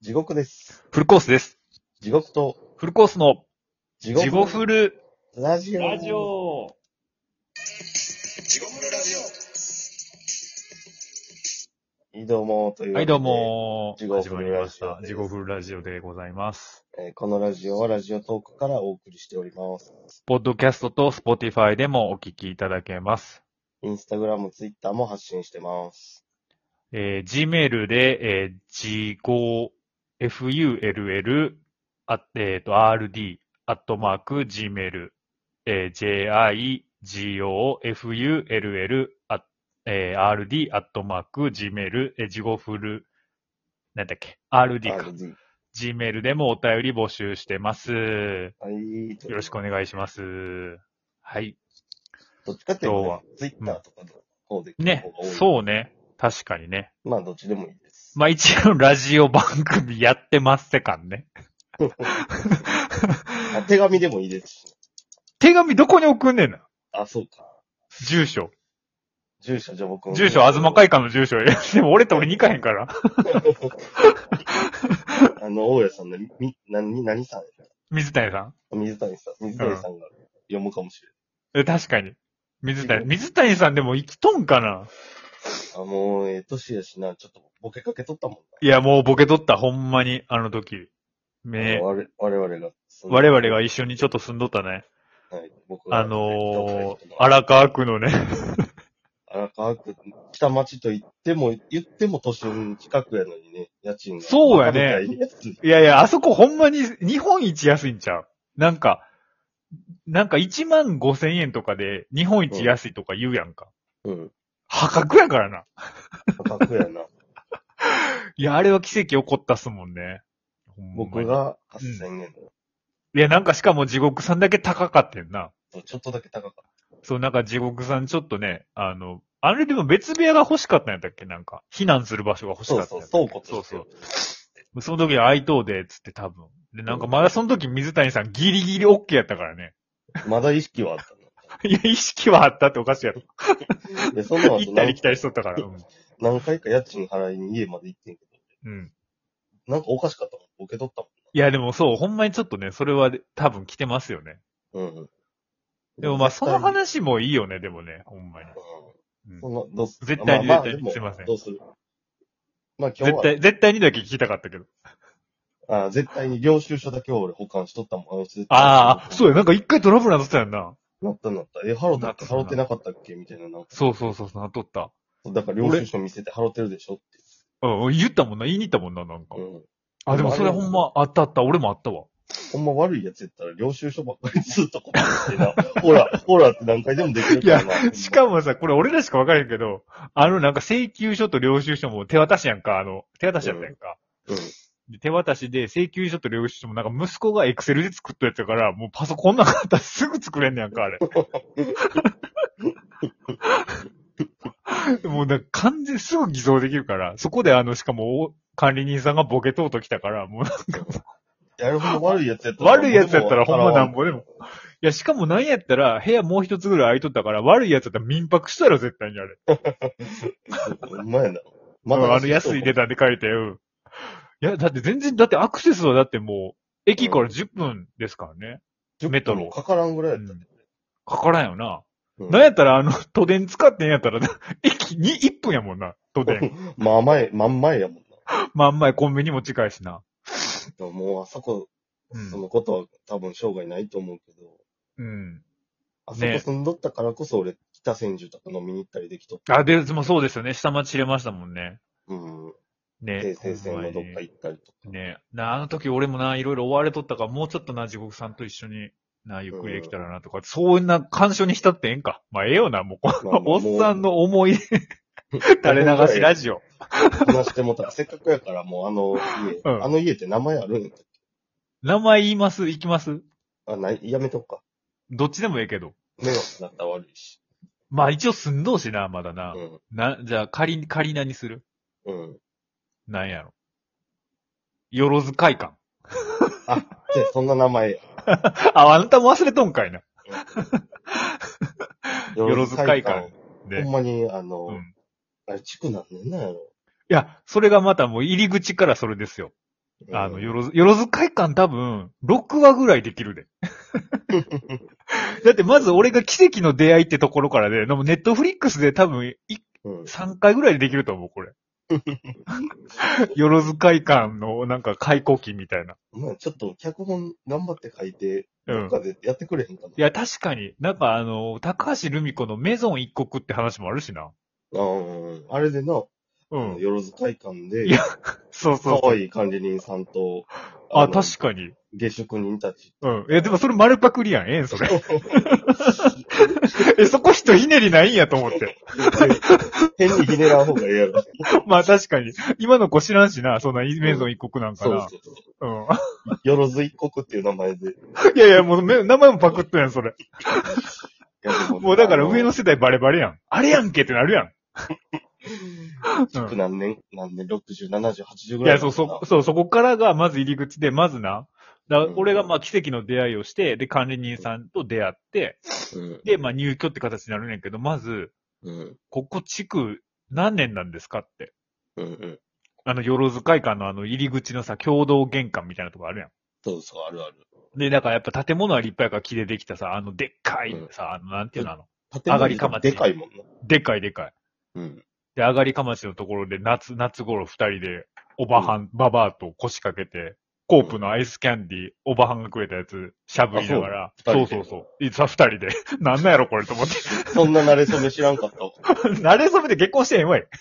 地獄です。 フルコースです。 地獄とフルコースの地地獄フルラジオ。 ラジオ。 地獄ラジオ。どうも、というわけで、 はい、どうも。 地獄始まりましフルラジオた。地獄フルラジオでございます。 このラジオはラジオトークからお送りしております。 ポッドキャストとスポティファイでもお聞きいただけます。 インスタグラム、ツイッターも発信してます。 Gmail で、地獄 full rd @gmail jigofull rd @gmail 地獄フルなんだっけ ?RD か。 RD。 Gmail でもお便り募集してます。よはい。 ろしくお願いします。はい。 どっちかっていうと、 今日はツイッターとかの方で聞くね方が、多い。 そうね。確かにね。 まあ、どっちでもいいです。 まあ一応ラジオ番組やってますってかんね。 手紙でもいいですし。 手紙どこに送んねんな。 あ、そうか。 住所。 住所、じゃあ僕の。 住所、東会館の住所。でも俺と俺に行かへんから。 大家さんの、何さん水谷さん水谷さんが読むかもし確かに。水谷さんでも生きとんかな。 れん。もう、年やしな、ちょっとボケかけとったもんな。 いや、もうボケとった、ほんまに、あの時。 我々が。 我々が一緒にちょっと住んどったね。 はい、僕が。 荒川区のね。 荒川区、北町と言っても都心近くやのにね、家賃が。 そうやね。いやいや、あそこほんまに日本一安いんちゃう？なんか15,000円とかで日本一安いとか言うやんか。 うん。 破格やからな。 破格やな。 いや、あれは奇跡起こったっすもんね。 僕が8,000円、 いや、なんかしかも地獄さんだけ高かったよな。 ちょっとだけ高かった。 そう、なんか地獄さんちょっとね、あれでも別部屋が欲しかったんやったっけなんか。避難する場所が欲しかったんやったっけ。 倉庫そうそう。その時は空いとうで、つって多分。で、なんかまだその時水谷さんギリギリ OK やったからね。 まだ意識はあったの。 いや、意識はあったっておかしいやろ。 で、そんな行ったり来たりしとったから。 何回か家賃払いに家まで行ってんけど。 うん。 なんかおかしかったもん。ボケとったもん。 いや、でもそう、ほんまにちょっとね、それは多分来てますよね。 うん。 でもまあ、その話もいいよね、でもね、ほんまに。 どうする絶対に、 まあ絶対に、すいません。 どうするまあ今日は。 絶対にだけ聞きたかったけど。 絶対に領収書だけは俺保管しとったもん。 そうや、なんか一回トラブルなっとったやんな。 なった。払ってなかったっけみたいな。 そう、なっとった。 だから領収書見せて払ってるでしょって。 言ったもんな、言いに行ったもんな、なんか。 でもそれほんま、あった、俺もあったわ。 ほんま悪いやつやったら領収書ばっかりずっとこってな。ほらって何回でもできるからな。 いや、しかもさ、これ俺らしか分からへんけど、なんか請求書と領収書も手渡しやんか、手渡しやったやんか。で手渡しで請求書と領収書もなんか息子がエクセルで作ったやつやから、もうパソコンなんかあったらすぐ作れんねやんか、あれ。もうなんか完全すぐ偽造できるから、そこでしかも管理人さんがボケとうと来たから、もうなんか。 いや、ほんま悪いやつやったらほんまなんぼでも。いや、しかもなんやったら部屋もう一つぐらい空いとったから、悪いやつやったら民泊したら絶対にあれ。 ほんまやな。 まだ安い値段で書いて、いや、だってアクセスはだってもう、駅から10分ですからね。メトロ。 かからんぐらいやったね。 かからんよな。なんやったら都電使ってんやったら、駅に1分やもんな、都電。 真ん前やもんな。 真ん前コンビニも近いしな。 もうあそこ、そのことは多分生涯ないと思うけど。あそこ住んどったからこそ俺、北千住とか飲みに行ったりできとった。 でもそうですよね。下町知れましたもんね。 ね。京成線のどっか行ったりとか。 ね。あの時俺もな、いろいろ追われとったから、もうちょっとな、地獄さんと一緒に、ゆっくりできたらなとか、そういうな干渉に浸ってええんか。まあええよな、もう、おっさんの思い出、垂れ流しラジオ。 話してもたら、せっかくやからもうあの家って名前あるんやったっけ？ 名前言います？行きます？ やめとくか。 どっちでもええけど。 迷惑だったら悪いし。 まあ一応住んどうしな、まだな。じゃあ仮何する？なんやろ。よろず会館。 そんな名前や。 あんたも忘れとんかいな。よろず会館。 ほんまに、あれ、地区なんねんなやろ。 いや、それがまたもう入り口からそれですよ。 よろず会館多分、6話ぐらいできるで。だってまず俺が奇跡の出会いってところからで、でもネットフリックスで多分、3回ぐらいでできると思う、これ。よろず会館のなんか開口期みたいな。 まあちょっと脚本頑張って書いて、どっかでやってくれへんかな。 いや、確かに。なんか高橋留美子のメゾン一国って話もあるしな。 あれでな、よろず会館で、いや、 そうそう。 可愛い管理人さんと、 確かに。 下宿人たち。 でもそれ丸パクリやん、それ。そこひねりないんやと思って。 変にひねらん方がええやろ。 まあ確かに。今の子知らんしな、そんなメゾン一国なんかな。 よろず一国っていう名前で。 いやいや、もう名前もパクってんやん、それ。もうだから上の世代バレバレやん。あれやんけってなるやん。 何年 ?60、70、80ぐらい。 いや、そこからがまず入り口で、まずな。俺がまあ奇跡の出会いをして、で、管理人さんと出会って、で、まあ入居って形になるねんけど、まず、ここ地区何年なんですかって。よろず会館の入り口のさ、共同玄関みたいなとこあるやん。 そうそう、あるある。 で、だからやっぱ建物は立派やから木でできたさ、でっかいさ、なんていうの上がりかまち。 でかいもんな。 でかい。で、上がりかまちのところで夏頃二人で、おばはん、ババアと腰掛けて、コープのアイスキャンディー、おばはんがくれたやつ、しゃぶりながら、そう。二人で、なんなんやろこれと思って。 そんな慣れ初め知らんかったわ。 慣れ初めで結婚してへんわい。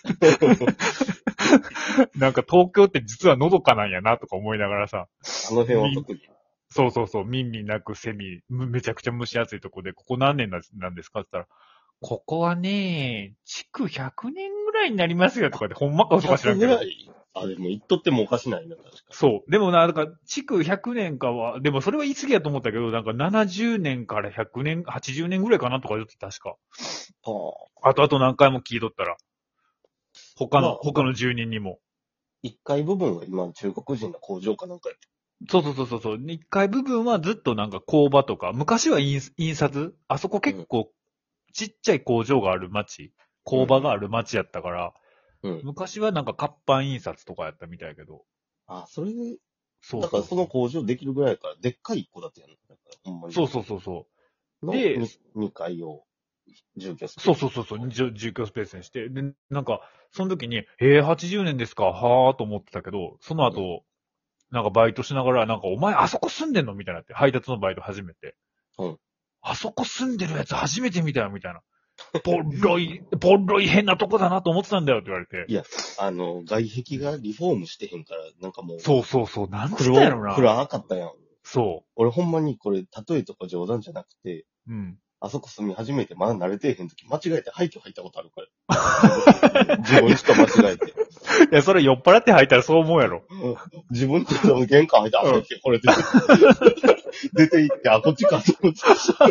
なんか東京って実はのどかなんやなとか思いながらさ。 あの辺は特に。 そう、ミンミンなくセミ、めちゃくちゃ蒸し暑いとこで、ここ何年なんですかって言ったら、ここはね、築100年ぐらいになりますよとかで、ほんまか嘘か知らんけど。 でも言っとってもおかしないな、確か。 そう。でもなんか、築100年かは、でもそれは言い過ぎやと思ったけど、なんか70年から100年、80年ぐらいかなとか言って確か。あと何回も聞いとったら。他の住人にも。 1階部分は今中国人の工場かなんかやって。 そう。1階部分はずっとなんか工場とか、昔は印刷あそこ結構ちっちゃい工場がある町、工場がある町やったから、昔はなんか活版印刷とかやったみたいやけど。 それで、だからその工場できるぐらいから、でっかい一戸建てやんの。ほんまに。 そう。 で、2階を住居スペース。 そう。住居スペースにして。で、なんか、その時に、80年ですかはぁと思ってたけど、その後、なんかバイトしながら、なんかお前あそこ住んでんのみたいになって、配達のバイト始めて。あそこ住んでるやつ初めて見たよ、みたいな。ボロい変なとこだなと思ってたんだよって言われて。 いや、外壁がリフォームしてへんから、なんかもう。 そう。なんつったやろな。 暗かったやん。 そう。 俺ほんまにこれ、例えとか冗談じゃなくて、あそこ住み始めてまだ慣れてへんとき、間違えて廃墟入ったことあるから。自分しか間違えて。 いや、それ酔っ払って入ったらそう思うやろ。 自分ちの玄関入ったら、これ出て行って、こっちかと思って。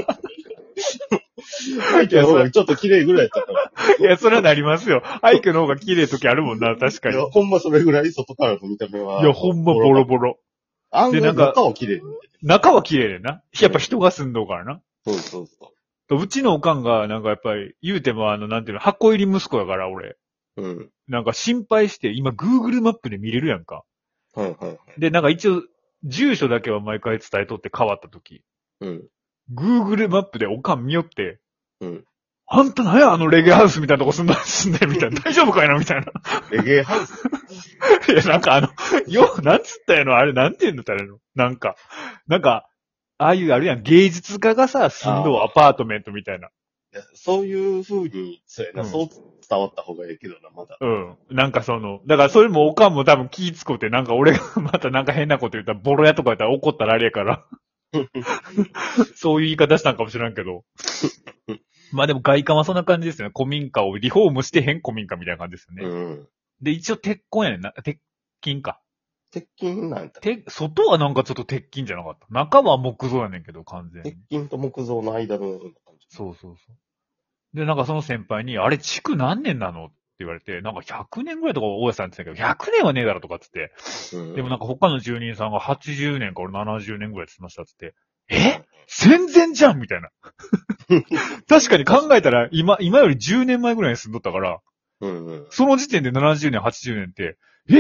廃墟の方がちょっと綺麗ぐらいだったから。 いや、それはなりますよ。廃墟の方が綺麗時あるもんな、確かに。いや、 ほんまそれぐらい外からの見た目は。 いや、ほんまボロボロ。 で、なんか、中は綺麗。 中は綺麗でな。やっぱ人が住んどうからな。 そう。 うちのおかんが、なんかやっぱり、言うてもなんていうの、箱入り息子やから、俺。なんか心配して、今 Google マップで見れるやんか。で、なんか一応、住所だけは毎回伝えとって変わった時。Google マップでおかん見よって、あんたなんやレゲエハウスみたいなとこ住んでみたいな。大丈夫かいなみたいな。 レゲエハウスいや、なんかなんつったやのあれ、なんて言うんだったらのなんか、ああいうあるやん、芸術家がさ、住んどアパートメントみたいな。 いやそういう風に、そう伝わった方がいいけどな、まだ。 なんかだからそれもおかんも多分気ぃつこうて、なんか俺がまたなんか変なこと言ったら、ボロ屋とか言ったら怒ったらあれやから。そういう言い方したんかもしれんけど。まあでも外観はそんな感じですよね。古民家をリフォームしてへん古民家みたいな感じですよね。で、一応鉄痕やねんな。鉄筋か。 鉄筋なんだ。 外はなんかちょっと鉄筋じゃなかった。中は木造やねんけど、完全に。 鉄筋と木造の間の感じ。 そう。で、なんかその先輩に、あれ、築何年なのって言われて、なんか100年ぐらいとか大家さんって言ってたけど、100年はねえだろとかって言って、でもなんか他の住人さんが80年から70年ぐらいって言ってましたって言って、戦前じゃんみたいな。確かに考えたら、今より10年前ぐらいに住んどったから、その時点で70年、80年って、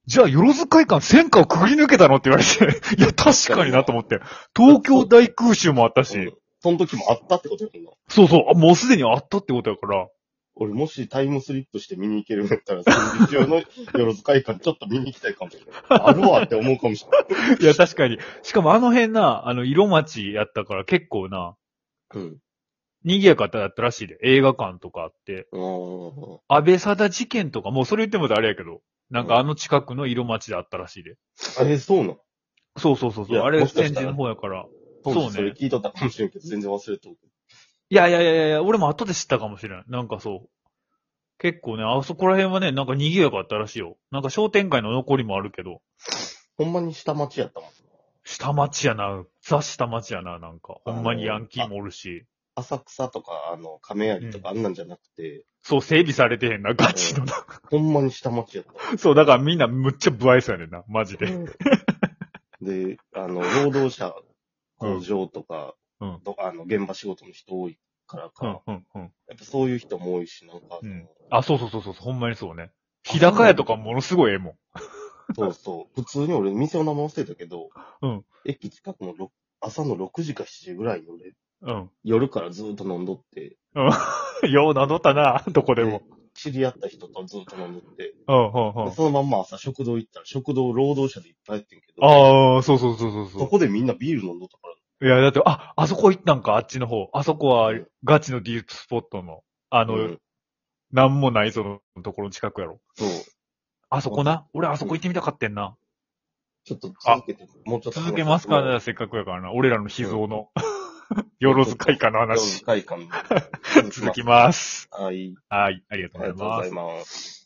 じゃあ、よろず会館戦火をくぐり抜けたのって言われて、いや、確かになと思って。東京大空襲もあったし、 その時もあったってことやもんな。 そうそう、もうすでにあったってことやから。 俺もしタイムスリップして見に行けるんやったら、戦時中のよろず会館ちょっと見に行きたいかもしれない。あるわって思うかもしれない。 いや、確かに。しかもあの辺な、色町やったから結構な、賑やかだったらしいで。映画館とかあって。安倍貞事件とか、もうそれ言ってもあれやけど、なんか近くの色町であったらしいで。 そうなの？ そうそうそう。あれ戦時の方やから。 そうね。それ聞いとったかもしれんけど、全然忘れとる。 いや、俺も後で知ったかもしれない。なんかそう。結構ね、あそこら辺はね、なんか賑やかあったらしいよ。なんか商店街の残りもあるけど。 ほんまに下町やったもん。 下町やな。ザ下町やな、なんか。ほんまにヤンキーもおるし。 浅草とか、亀有とかあんなんじゃなくて。 そう、整備されてへんな、ガチのな。 ほんまに下町やった。 そう、だからみんなむっちゃ不愛想やねんな、マジで。 で、労働者、工場とか、現場仕事の人多いからか。やっぱそういう人も多いし、なんか。 そうそう、ほんまにそうね。日高屋とかものすごいええもん。 そうそう。普通に俺店の名前忘れたけど、駅近くの朝の6時か7時ぐらいに俺、夜からずっと飲んどって。 よう飲んどったな、どこでも。 知り合った人とずっと飲んどって。そのまんま朝食堂行ったら、食堂労働者でいっぱいやってんけど。そう。 そこでみんなビール飲んどったから。 いや、だって、あそこ行ったんか、あっちの方。あそこは、ガチのディープスポットの、なんもないそのところの近くやろ。 そう。 あそこな。俺あそこ行ってみたかってんな。 ちょっと続けて、もうちょっと。 続けますかね、せっかくやからな。俺らの秘蔵の、よろず会館の話。よろず会館。 続きます。 はい。 はい、ありがとうございます。 ありがとうございます。